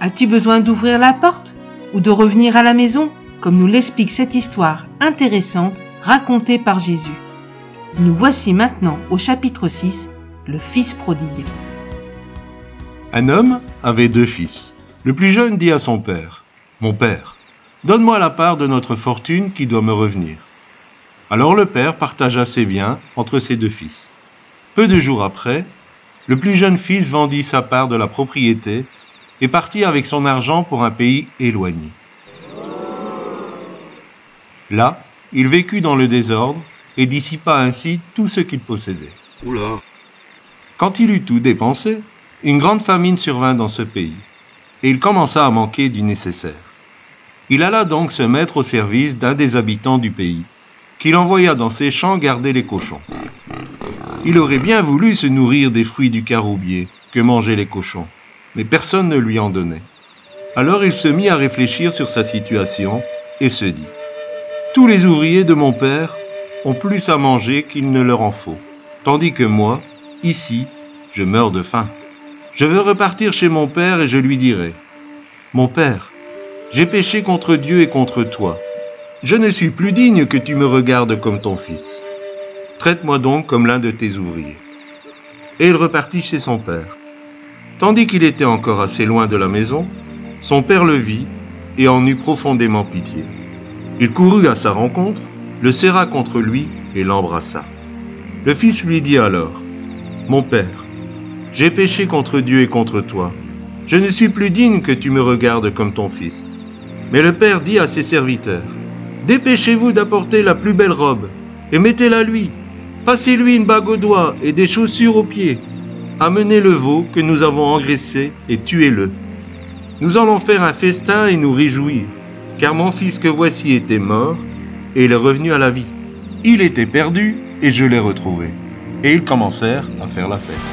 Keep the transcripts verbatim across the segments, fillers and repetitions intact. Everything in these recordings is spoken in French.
As-tu besoin d'ouvrir la porte ou de revenir à la maison, comme nous l'explique cette histoire intéressante racontée par Jésus? Nous voici maintenant au chapitre six, le fils prodigue. Un homme avait deux fils. Le plus jeune dit à son père, « Mon père, donne-moi la part de notre fortune qui doit me revenir. » Alors le père partagea ses biens entre ses deux fils. Peu de jours après, le plus jeune fils vendit sa part de la propriété et partit avec son argent pour un pays éloigné. Là, il vécut dans le désordre et dissipa ainsi tout ce qu'il possédait. Oula. Quand il eut tout dépensé, une grande famine survint dans ce pays, et il commença à manquer du nécessaire. Il alla donc se mettre au service d'un des habitants du pays, qu'il envoya dans ses champs garder les cochons. Il aurait bien voulu se nourrir des fruits du caroubier que mangeaient les cochons, mais personne ne lui en donnait. Alors il se mit à réfléchir sur sa situation et se dit « Tous les ouvriers de mon père ont plus à manger qu'il ne leur en faut, tandis que moi, ici, je meurs de faim. Je veux repartir chez mon père et je lui dirai « Mon père, j'ai péché contre Dieu et contre toi. Je ne suis plus digne que tu me regardes comme ton fils. Traite-moi donc comme l'un de tes ouvriers. » Et il repartit chez son père. Tandis qu'il était encore assez loin de la maison, son père le vit et en eut profondément pitié. Il courut à sa rencontre, le serra contre lui et l'embrassa. Le fils lui dit alors « Mon père, j'ai péché contre Dieu et contre toi. Je ne suis plus digne que tu me regardes comme ton fils. » Mais le père dit à ses serviteurs, « Dépêchez-vous d'apporter la plus belle robe, et mettez-la lui. Passez-lui une bague au doigt et des chaussures aux pieds. Amenez le veau que nous avons engraissé et tuez-le. Nous allons faire un festin et nous réjouir, car mon fils que voici était mort, et il est revenu à la vie. Il était perdu, et je l'ai retrouvé. » Et ils commencèrent à faire la fête.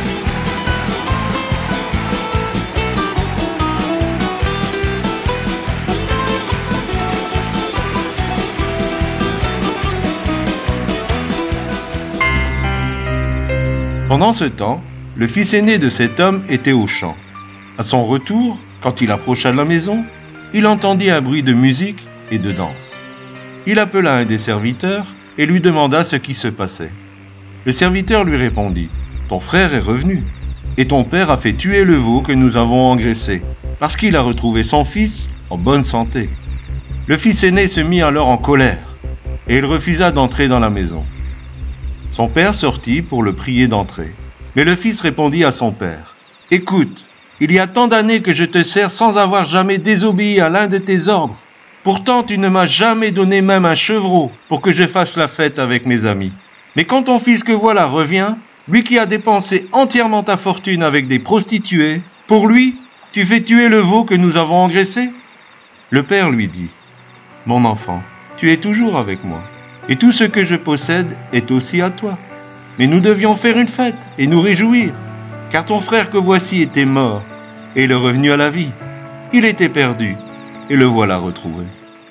Pendant ce temps, le fils aîné de cet homme était au champ. À son retour, quand il approcha de la maison, il entendit un bruit de musique et de danse. Il appela un des serviteurs et lui demanda ce qui se passait. Le serviteur lui répondit « Ton frère est revenu, et ton père a fait tuer le veau que nous avons engraissé, parce qu'il a retrouvé son fils en bonne santé. » Le fils aîné se mit alors en colère, et il refusa d'entrer dans la maison. Son père sortit pour le prier d'entrer. Mais le fils répondit à son père, « Écoute, il y a tant d'années que je te sers sans avoir jamais désobéi à l'un de tes ordres. Pourtant tu ne m'as jamais donné même un chevreau pour que je fasse la fête avec mes amis. Mais quand ton fils que voilà revient, lui qui a dépensé entièrement ta fortune avec des prostituées, pour lui, tu fais tuer le veau que nous avons engraissé ?» Le père lui dit, « Mon enfant, tu es toujours avec moi. Et tout ce que je possède est aussi à toi. Mais nous devions faire une fête et nous réjouir, car ton frère que voici était mort, et il est revenu à la vie. Il était perdu, et le voilà retrouvé. »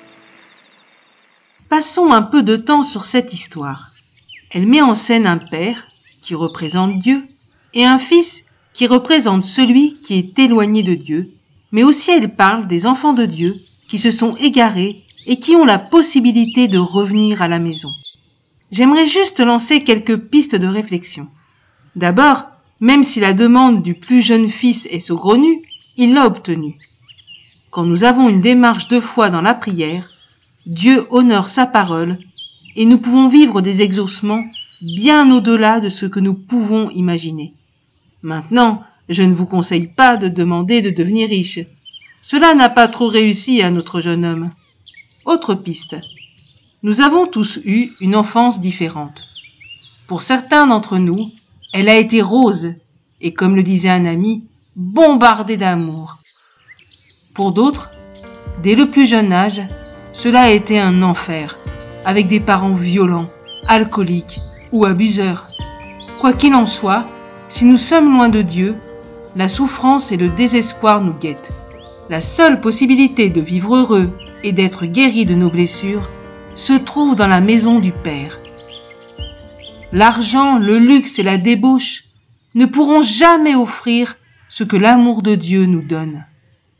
Passons un peu de temps sur cette histoire. Elle met en scène un père, qui représente Dieu, et un fils, qui représente celui qui est éloigné de Dieu, mais aussi elle parle des enfants de Dieu, qui se sont égarés et qui ont la possibilité de revenir à la maison. J'aimerais juste lancer quelques pistes de réflexion. D'abord, même si la demande du plus jeune fils est saugrenue, il l'a obtenue. Quand nous avons une démarche de foi dans la prière, Dieu honore sa parole et nous pouvons vivre des exaucements bien au-delà de ce que nous pouvons imaginer. Maintenant, je ne vous conseille pas de demander de devenir riche. Cela n'a pas trop réussi à notre jeune homme. Autre piste. Nous avons tous eu une enfance différente. Pour certains d'entre nous, elle a été rose et, comme le disait un ami, bombardée d'amour. Pour d'autres, dès le plus jeune âge, cela a été un enfer, avec des parents violents, alcooliques ou abuseurs. Quoi qu'il en soit, si nous sommes loin de Dieu, la souffrance et le désespoir nous guettent. La seule possibilité de vivre heureux et d'être guéris de nos blessures se trouve dans la maison du Père. L'argent, le luxe et la débauche ne pourront jamais offrir ce que l'amour de Dieu nous donne.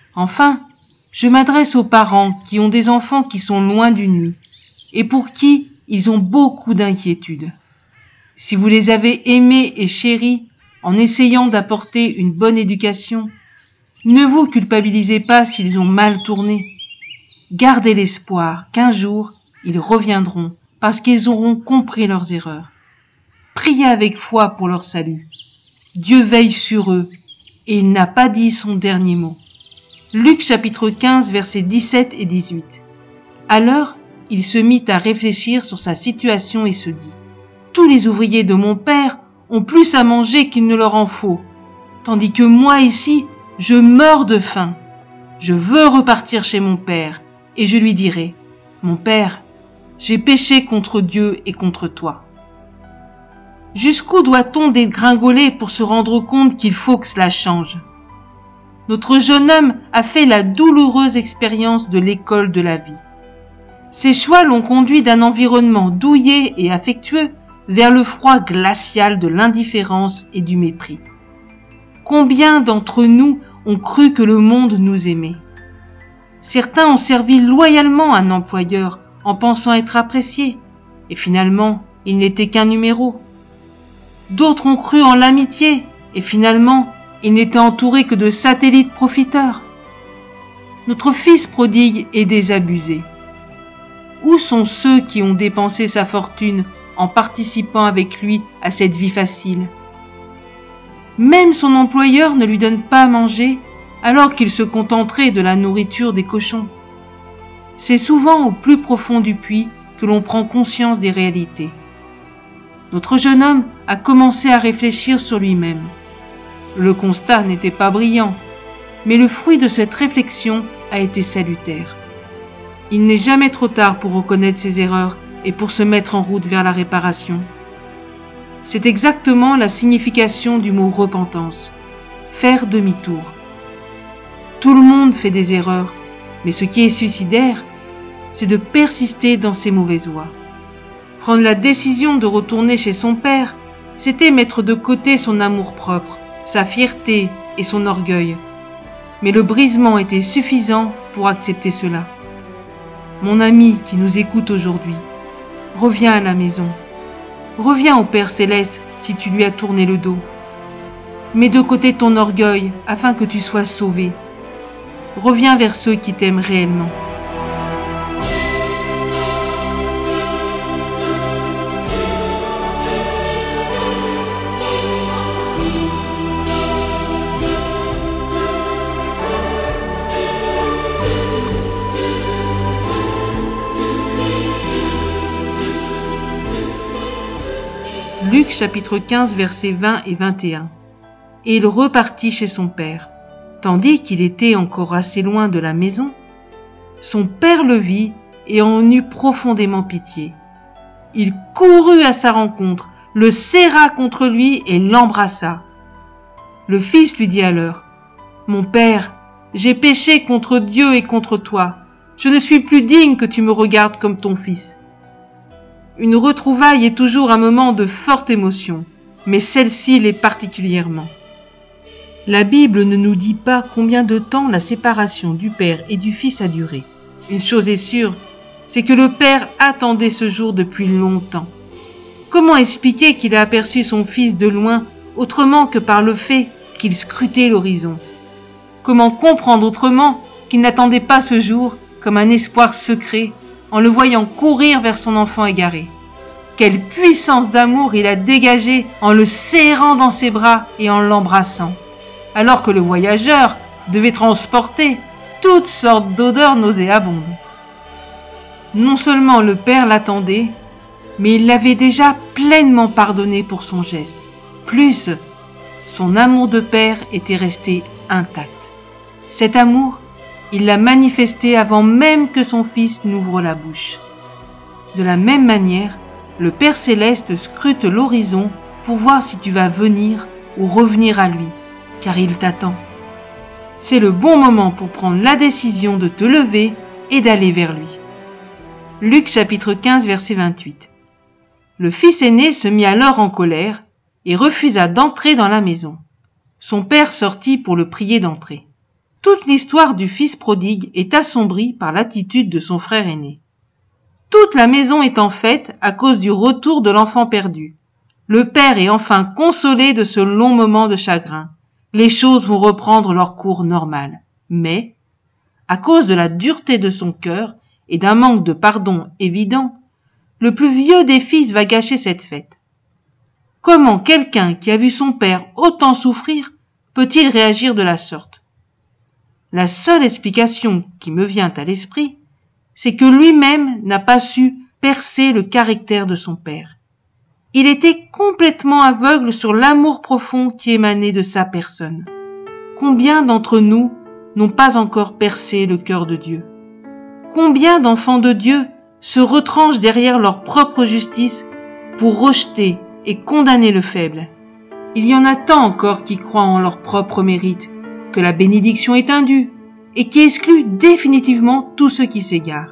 Enfin, je m'adresse aux parents qui ont des enfants qui sont loin du nuit et pour qui ils ont beaucoup d'inquiétudes. Si vous les avez aimés et chéris en essayant d'apporter une bonne éducation, ne vous culpabilisez pas s'ils ont mal tourné. Gardez l'espoir qu'un jour, ils reviendront parce qu'ils auront compris leurs erreurs. Priez avec foi pour leur salut. Dieu veille sur eux et il n'a pas dit son dernier mot. Luc chapitre quinze, versets dix-sept et dix-huit. Alors, il se mit à réfléchir sur sa situation et se dit « Tous les ouvriers de mon père ont plus à manger qu'il ne leur en faut, tandis que moi ici, je meurs de faim. Je veux repartir chez mon père, et je lui dirai « Mon père, j'ai péché contre Dieu et contre toi. » Jusqu'où doit-on dégringoler pour se rendre compte qu'il faut que cela change ? Notre jeune homme a fait la douloureuse expérience de l'école de la vie. Ses choix l'ont conduit d'un environnement douillet et affectueux vers le froid glacial de l'indifférence et du mépris. Combien d'entre nous ont cru que le monde nous aimait ? Certains ont servi loyalement un employeur en pensant être appréciés, et finalement, il n'était qu'un numéro. D'autres ont cru en l'amitié, et finalement, il n'était entouré que de satellites profiteurs. Notre fils prodigue est désabusé. Où sont ceux qui ont dépensé sa fortune en participant avec lui à cette vie facile ? Même son employeur ne lui donne pas à manger alors qu'il se contenterait de la nourriture des cochons. C'est souvent au plus profond du puits que l'on prend conscience des réalités. Notre jeune homme a commencé à réfléchir sur lui-même. Le constat n'était pas brillant, mais le fruit de cette réflexion a été salutaire. Il n'est jamais trop tard pour reconnaître ses erreurs et pour se mettre en route vers la réparation. C'est exactement la signification du mot repentance, faire demi-tour. Tout le monde fait des erreurs, mais ce qui est suicidaire, c'est de persister dans ses mauvaises voies. Prendre la décision de retourner chez son père, c'était mettre de côté son amour-propre, sa fierté et son orgueil. Mais le brisement était suffisant pour accepter cela. Mon ami qui nous écoute aujourd'hui, reviens à la maison. Reviens au Père Céleste si tu lui as tourné le dos. Mets de côté ton orgueil afin que tu sois sauvé. Reviens vers ceux qui t'aiment réellement. Luc chapitre quinze, versets vingt et vingt et un. Et il repartit chez son père. Tandis qu'il était encore assez loin de la maison, son père le vit et en eut profondément pitié. Il courut à sa rencontre, le serra contre lui et l'embrassa. Le fils lui dit alors : « Mon père, j'ai péché contre Dieu et contre toi. Je ne suis plus digne que tu me regardes comme ton fils. » Une retrouvaille est toujours un moment de forte émotion, mais celle-ci l'est particulièrement. La Bible ne nous dit pas combien de temps la séparation du père et du fils a duré. Une chose est sûre, c'est que le père attendait ce jour depuis longtemps. Comment expliquer qu'il a aperçu son fils de loin autrement que par le fait qu'il scrutait l'horizon ? Comment comprendre autrement qu'il n'attendait pas ce jour comme un espoir secret en le voyant courir vers son enfant égaré ? Quelle puissance d'amour il a dégagée en le serrant dans ses bras et en l'embrassant, alors que le voyageur devait transporter toutes sortes d'odeurs nauséabondes. Non seulement le père l'attendait, mais il l'avait déjà pleinement pardonné pour son geste. Plus, son amour de père était resté intact. Cet amour, il l'a manifesté avant même que son fils n'ouvre la bouche. De la même manière, le Père Céleste scrute l'horizon pour voir si tu vas venir ou revenir à lui, car il t'attend. C'est le bon moment pour prendre la décision de te lever et d'aller vers lui. Luc chapitre quinze, verset vingt-huit. Le fils aîné se mit alors en colère et refusa d'entrer dans la maison. Son père sortit pour le prier d'entrer. Toute l'histoire du fils prodigue est assombrie par l'attitude de son frère aîné. Toute la maison est en fête à cause du retour de l'enfant perdu. Le père est enfin consolé de ce long moment de chagrin. Les choses vont reprendre leur cours normal. Mais, à cause de la dureté de son cœur et d'un manque de pardon évident, le plus vieux des fils va gâcher cette fête. Comment quelqu'un qui a vu son père autant souffrir peut-il réagir de la sorte? La seule explication qui me vient à l'esprit, c'est que lui-même n'a pas su percer le caractère de son père. Il était complètement aveugle sur l'amour profond qui émanait de sa personne. Combien d'entre nous n'ont pas encore percé le cœur de Dieu? Combien d'enfants de Dieu se retranchent derrière leur propre justice pour rejeter et condamner le faible? Il y en a tant encore qui croient en leur propre mérite, que la bénédiction est indue, et qui excluent définitivement tous ceux qui s'égarent.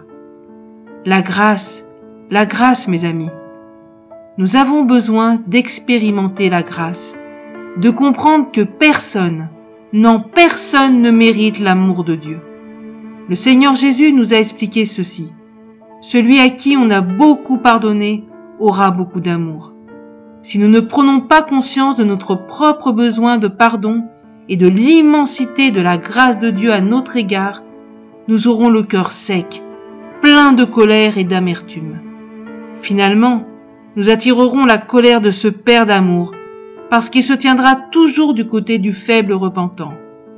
La grâce, la grâce, mes amis. Nous avons besoin d'expérimenter la grâce, de comprendre que personne, non personne ne mérite l'amour de Dieu. Le Seigneur Jésus nous a expliqué ceci. Celui à qui on a beaucoup pardonné aura beaucoup d'amour. Si nous ne prenons pas conscience de notre propre besoin de pardon et de l'immensité de la grâce de Dieu à notre égard, nous aurons le cœur sec, plein de colère et d'amertume. Finalement, nous attirerons la colère de ce Père d'amour, parce qu'il se tiendra toujours du côté du faible repentant.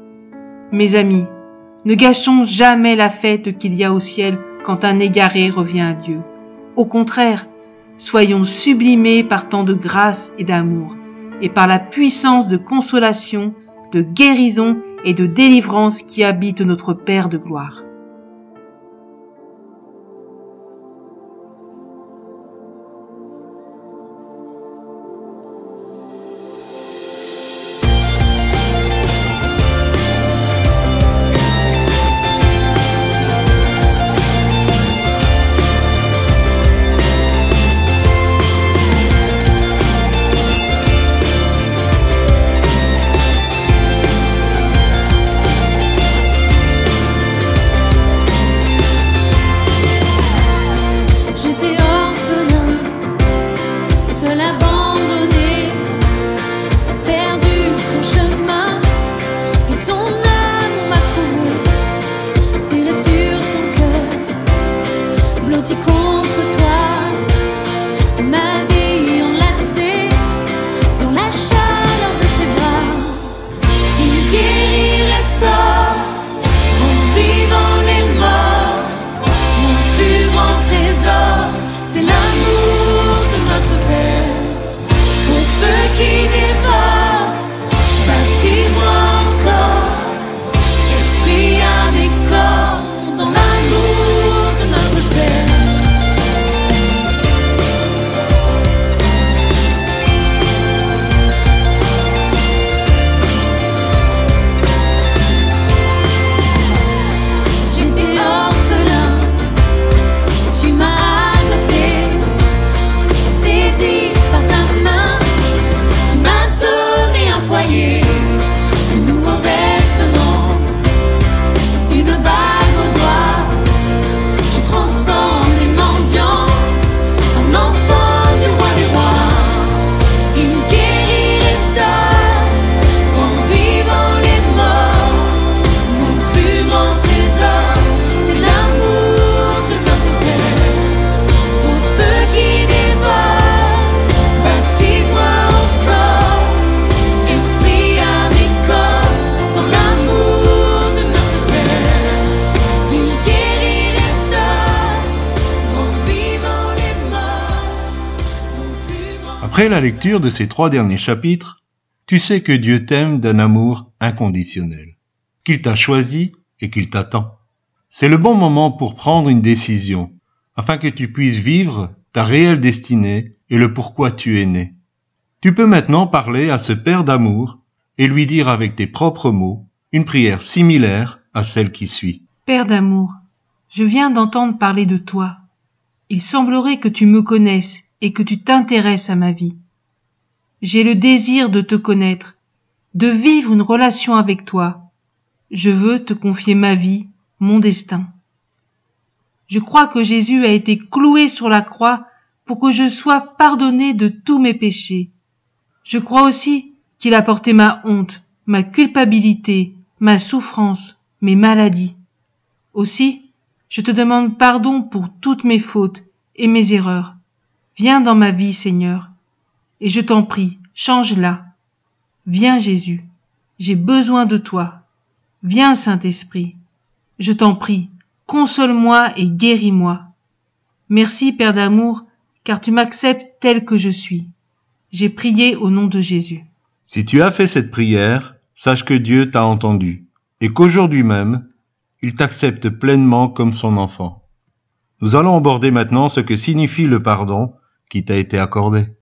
Mes amis, ne gâchons jamais la fête qu'il y a au ciel quand un égaré revient à Dieu. Au contraire, soyons sublimés par tant de grâce et d'amour, et par la puissance de consolation, de guérison et de délivrance qui habite notre Père de gloire. Après la lecture de ces trois derniers chapitres, tu sais que Dieu t'aime d'un amour inconditionnel, qu'il t'a choisi et qu'il t'attend. C'est le bon moment pour prendre une décision, afin que tu puisses vivre ta réelle destinée et le pourquoi tu es né. Tu peux maintenant parler à ce Père d'amour et lui dire avec tes propres mots une prière similaire à celle qui suit. Père d'amour, je viens d'entendre parler de toi. Il semblerait que tu me connaisses et que tu t'intéresses à ma vie. J'ai le désir de te connaître, de vivre une relation avec toi. Je veux te confier ma vie, mon destin. Je crois que Jésus a été cloué sur la croix pour que je sois pardonné de tous mes péchés. Je crois aussi qu'il a porté ma honte, ma culpabilité, ma souffrance, mes maladies. Aussi, je te demande pardon pour toutes mes fautes et mes erreurs. Viens dans ma vie, Seigneur, et je t'en prie, change-la. Viens, Jésus, j'ai besoin de toi. Viens, Saint-Esprit, je t'en prie, console-moi et guéris-moi. Merci, Père d'amour, car tu m'acceptes tel que je suis. J'ai prié au nom de Jésus. Si tu as fait cette prière, sache que Dieu t'a entendu et qu'aujourd'hui même, il t'accepte pleinement comme son enfant. Nous allons aborder maintenant ce que signifie le pardon qui t'a été accordé.